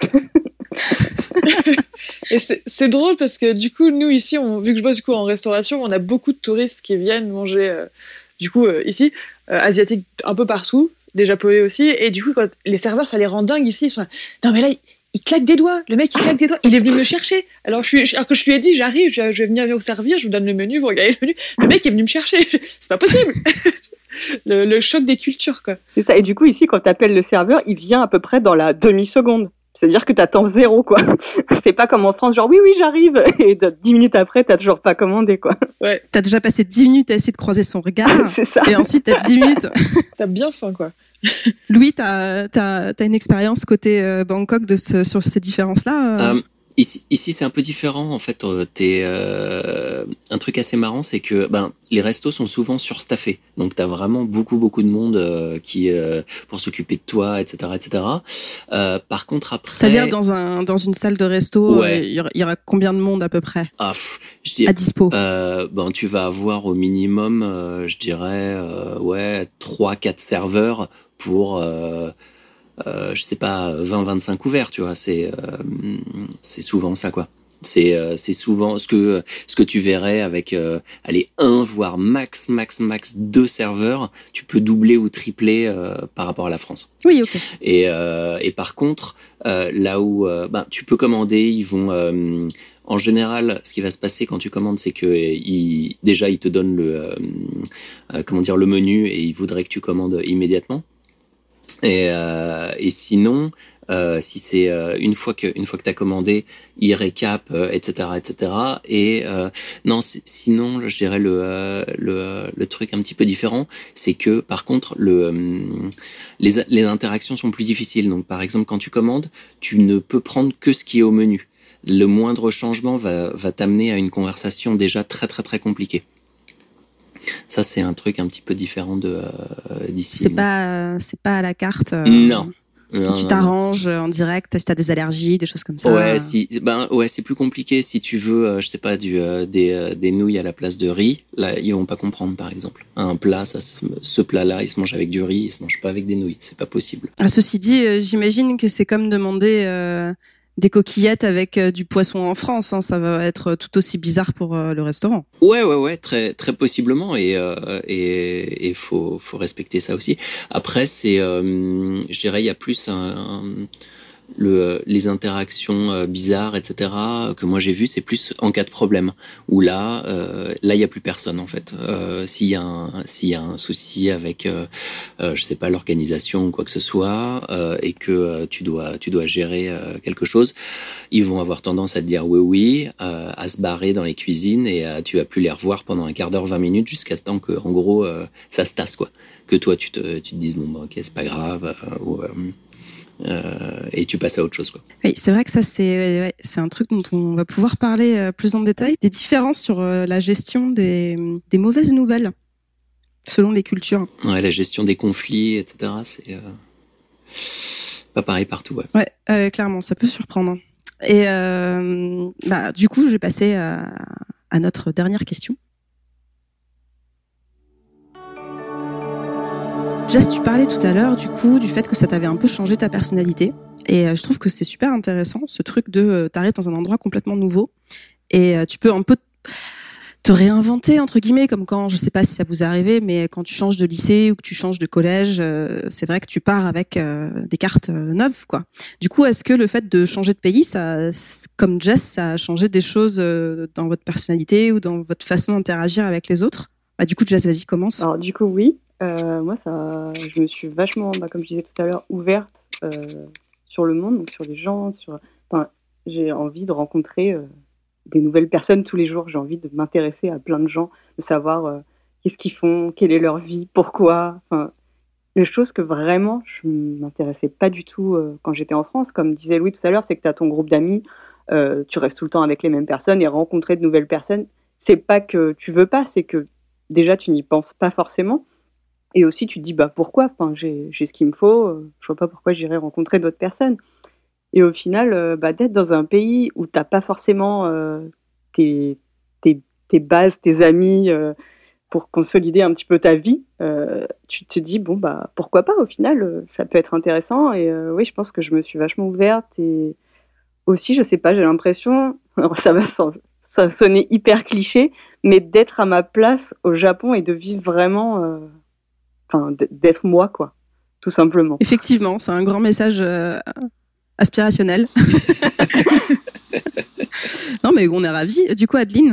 Et c'est drôle parce que du coup, nous ici, vu que je bosse du coup en restauration, on a beaucoup de touristes qui viennent manger ici, asiatiques un peu partout, des japonais aussi, et du coup quand les serveurs ça les rend dingues ici, ils sont là, non mais là il claque des doigts, le mec il claque des doigts, il est venu me chercher, alors que je lui ai dit j'arrive, je vais venir vous servir, je vous donne le menu, vous regardez le menu, le mec est venu me chercher, c'est pas possible. le choc des cultures quoi. C'est ça, et du coup ici quand t'appelles le serveur, il vient à peu près dans la demi-seconde. C'est-à-dire que t'attends zéro, quoi. C'est pas comme en France, genre, oui, j'arrive. Et 10 minutes après, t'as toujours pas commandé, quoi. Ouais. T'as déjà passé 10 minutes à essayer de croiser son regard. C'est ça. Et ensuite, t'as 10 minutes. T'as bien faim, quoi. Louis, t'as une expérience côté Bangkok sur ces différences-là Ici, c'est un peu différent. En fait, un truc assez marrant, c'est que les restos sont souvent surstaffés. Donc, t'as vraiment beaucoup de monde qui pour s'occuper de toi, etc., etc. Par contre, après, c'est-à-dire dans une salle de resto, ouais. Il y aura combien de monde à peu près je dirais, à dispo? Tu vas avoir au minimum, je dirais, 3-4 serveurs pour je sais pas, 20-25 couverts, tu vois, c'est souvent ça, quoi. C'est souvent ce que tu verrais avec, un, voire max 2 serveurs, tu peux doubler ou tripler par rapport à la France. Oui, ok. Et par contre, là où tu peux commander, ils vont... en général, ce qui va se passer quand tu commandes, c'est que déjà, ils te donnent le menu et ils voudraient que tu commandes immédiatement. Et sinon, Si c'est une fois que t'as commandé, il récap, etc., etc. Et non, sinon, je dirais le truc un petit peu différent, c'est que par contre les interactions sont plus difficiles. Donc par exemple, quand tu commandes, tu ne peux prendre que ce qui est au menu. Le moindre changement va t'amener à une conversation déjà très très très compliquée. Ça, c'est un truc un petit peu différent d'ici. C'est pas à la carte. Non. Tu t'arranges en direct si t'as des allergies, des choses comme ça. Ouais, c'est plus compliqué si tu veux, je sais pas, des nouilles à la place de riz. Là, ils vont pas comprendre, par exemple. Un plat, ce plat-là, il se mange avec du riz, il se mange pas avec des nouilles. C'est pas possible. Ceci dit, j'imagine que c'est comme demander des coquillettes avec du poisson en France. Ça va être tout aussi bizarre pour le restaurant. Ouais, très très possiblement, et faut respecter ça aussi. Après, c'est, je dirais, il y a plus les interactions bizarres, etc., que moi j'ai vu, c'est plus en cas de problème, où là il y a plus personne en fait. S'il y a un souci avec je sais pas, l'organisation ou quoi que ce soit, et que tu dois gérer quelque chose, ils vont avoir tendance à te dire oui, à se barrer dans les cuisines, et tu vas plus les revoir pendant un quart d'heure, 20 minutes, jusqu'à ce temps que en gros ça se tasse, quoi, que toi tu te dises bon, ok, c'est pas grave, et tu passes à autre chose, quoi. Oui, c'est vrai que ça c'est un truc dont on va pouvoir parler plus en détail, des différences sur la gestion des mauvaises nouvelles selon les cultures. Ouais, la gestion des conflits, etc., c'est pas pareil partout. Ouais, clairement, ça peut surprendre. Et du coup, je vais passer à notre dernière question. Jess, tu parlais tout à l'heure du fait que ça t'avait un peu changé ta personnalité, et je trouve que c'est super intéressant, ce truc de t'arrives dans un endroit complètement nouveau et tu peux un peu te réinventer entre guillemets, comme quand, je sais pas si ça vous est arrivé, mais quand tu changes de lycée ou que tu changes de collège, c'est vrai que tu pars avec des cartes neuves, quoi. Du coup, est-ce que le fait de changer de pays, ça, comme Jess, ça a changé des choses dans votre personnalité ou dans votre façon d'interagir avec les autres? Du coup, Jess, vas-y, commence. Alors du coup, oui. Moi, je me suis vachement, comme je disais tout à l'heure, ouverte sur le monde, donc sur les gens. J'ai envie de rencontrer des nouvelles personnes tous les jours. J'ai envie de m'intéresser à plein de gens, de savoir qu'est-ce qu'ils font, quelle est leur vie, pourquoi. Les choses que vraiment je ne m'intéressais pas du tout quand j'étais en France. Comme disait Louis tout à l'heure, c'est que tu as ton groupe d'amis, tu restes tout le temps avec les mêmes personnes, et rencontrer de nouvelles personnes, c'est pas que tu veux pas, c'est que déjà tu n'y penses pas forcément. Et aussi, tu te dis, pourquoi ? J'ai ce qu'il me faut, je vois pas pourquoi j'irais rencontrer d'autres personnes. Et au final, d'être dans un pays où t'as pas forcément tes bases, tes amis, pour consolider un petit peu ta vie, tu te dis, pourquoi pas, au final, ça peut être intéressant. Et oui, je pense que je me suis vachement ouverte. Et aussi, je sais pas, j'ai l'impression, alors ça va sonner hyper cliché, mais d'être à ma place au Japon et de vivre vraiment... d'être moi, quoi, tout simplement. Effectivement, c'est un grand message aspirationnel. Non, mais on est ravis. Du coup, Adeline,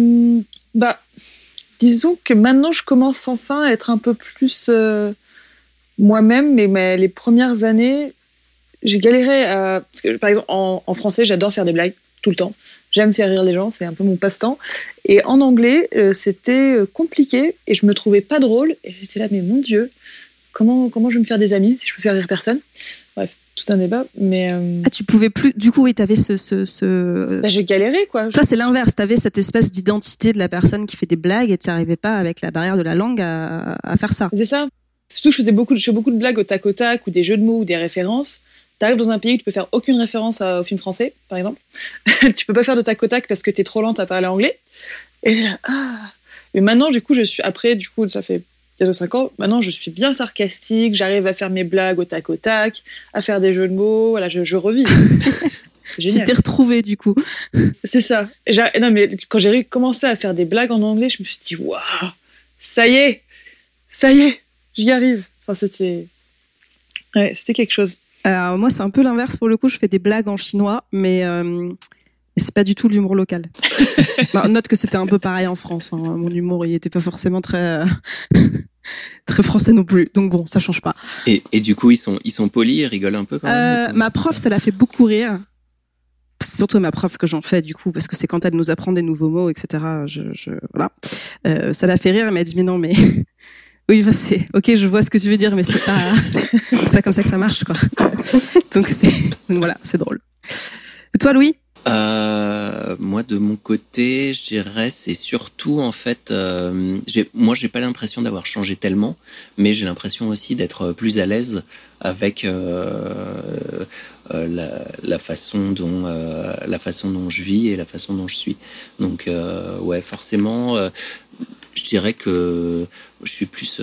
disons que maintenant, je commence enfin à être un peu plus moi-même, mais les premières années, j'ai galéré parce que, par exemple, en français, j'adore faire des blagues tout le temps. J'aime faire rire les gens, c'est un peu mon passe-temps. Et en anglais, c'était compliqué et je me trouvais pas drôle. Et j'étais là, mais mon Dieu, comment je vais me faire des amis si je peux faire rire personne ? Bref, tout un débat. Mais tu pouvais plus. Du coup, oui, t'avais ce. J'ai galéré, quoi. Toi, c'est l'inverse. T'avais cette espèce d'identité de la personne qui fait des blagues et tu n'arrivais pas avec la barrière de la langue à faire ça. C'est ça. Surtout, je fais beaucoup de blagues au tac ou des jeux de mots ou des références. T'arrives dans un pays où tu peux faire aucune référence au film français, par exemple. Tu peux pas faire de tac au tac parce que t'es trop lente à parler anglais. Et là, Mais maintenant, du coup, ça fait bientôt 5 ans, maintenant, je suis bien sarcastique, j'arrive à faire mes blagues au tac, à faire des jeux de mots, voilà, je revis. C'est génial. Tu t'es retrouvée, du coup. C'est ça. Non, mais quand j'ai commencé à faire des blagues en anglais, je me suis dit, waouh, ça y est, j'y arrive. C'était quelque chose. Alors, moi, c'est un peu l'inverse pour le coup. Je fais des blagues en chinois, mais c'est pas du tout l'humour local. Note que c'était un peu pareil en France. Mon humour, il était pas forcément très très français non plus. Donc bon, ça change pas. Et du coup, ils sont polis, ils rigolent un peu quand même. Ma prof, ça l'a fait beaucoup rire. C'est surtout ma prof que j'en fais du coup, parce que c'est quand elle nous apprend des nouveaux mots, etc. Voilà. Ça l'a fait rire. Elle m'a dit mais non, mais oui, bah c'est ok, je vois ce que tu veux dire, mais c'est pas comme ça que ça marche, quoi. Donc voilà, c'est drôle. Et toi, Louis? Moi, de mon côté, je dirais, c'est surtout en fait, j'ai pas l'impression d'avoir changé tellement, mais j'ai l'impression aussi d'être plus à l'aise avec la façon dont je vis et la façon dont je suis. Donc ouais, forcément, je dirais que je suis plus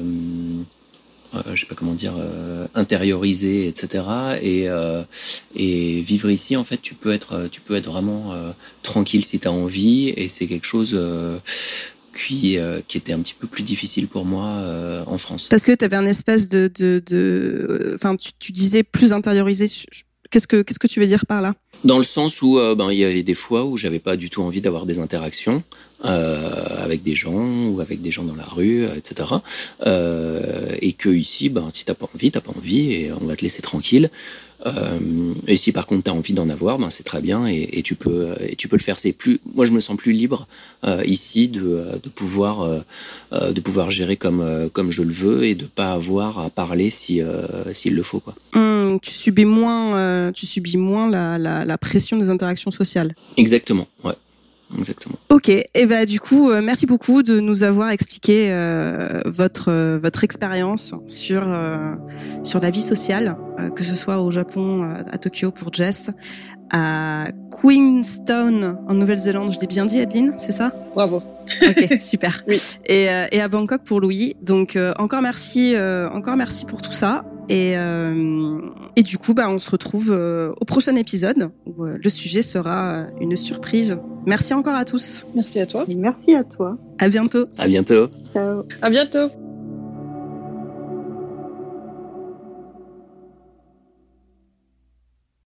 je sais pas comment dire, intériorisé, etc. Et vivre ici, en fait, tu peux être vraiment tranquille si tu as envie, et c'est quelque chose qui était un petit peu plus difficile pour moi en France. Parce que tu avais un espèce enfin, tu disais plus intériorisé. Qu'est-ce que tu veux dire par là? Dans le sens où il y avait des fois où j'avais pas du tout envie d'avoir des interactions avec des gens ou avec des gens dans la rue, etc. Et que ici, si t'as pas envie, et on va te laisser tranquille. Et si par contre t'as envie d'en avoir, c'est très bien, et tu peux le faire. Moi je me sens plus libre ici de pouvoir gérer comme je le veux, et de pas avoir à parler s'il le faut, quoi. Tu subis moins la pression des interactions sociales. Exactement, ouais. Exactement. Ok, et du coup, merci beaucoup de nous avoir expliqué votre expérience sur la vie sociale, que ce soit au Japon, à Tokyo pour Jess, à Queenstown en Nouvelle-Zélande. Je l'ai bien dit, Adeline, c'est ça? Bravo. Ok, super. Oui. Et à Bangkok pour Louis. Donc encore merci pour tout ça. Et du coup, on se retrouve au prochain épisode où le sujet sera une surprise. Merci encore à tous. Merci à toi. Et merci à toi. À bientôt. À bientôt. Ciao. À bientôt.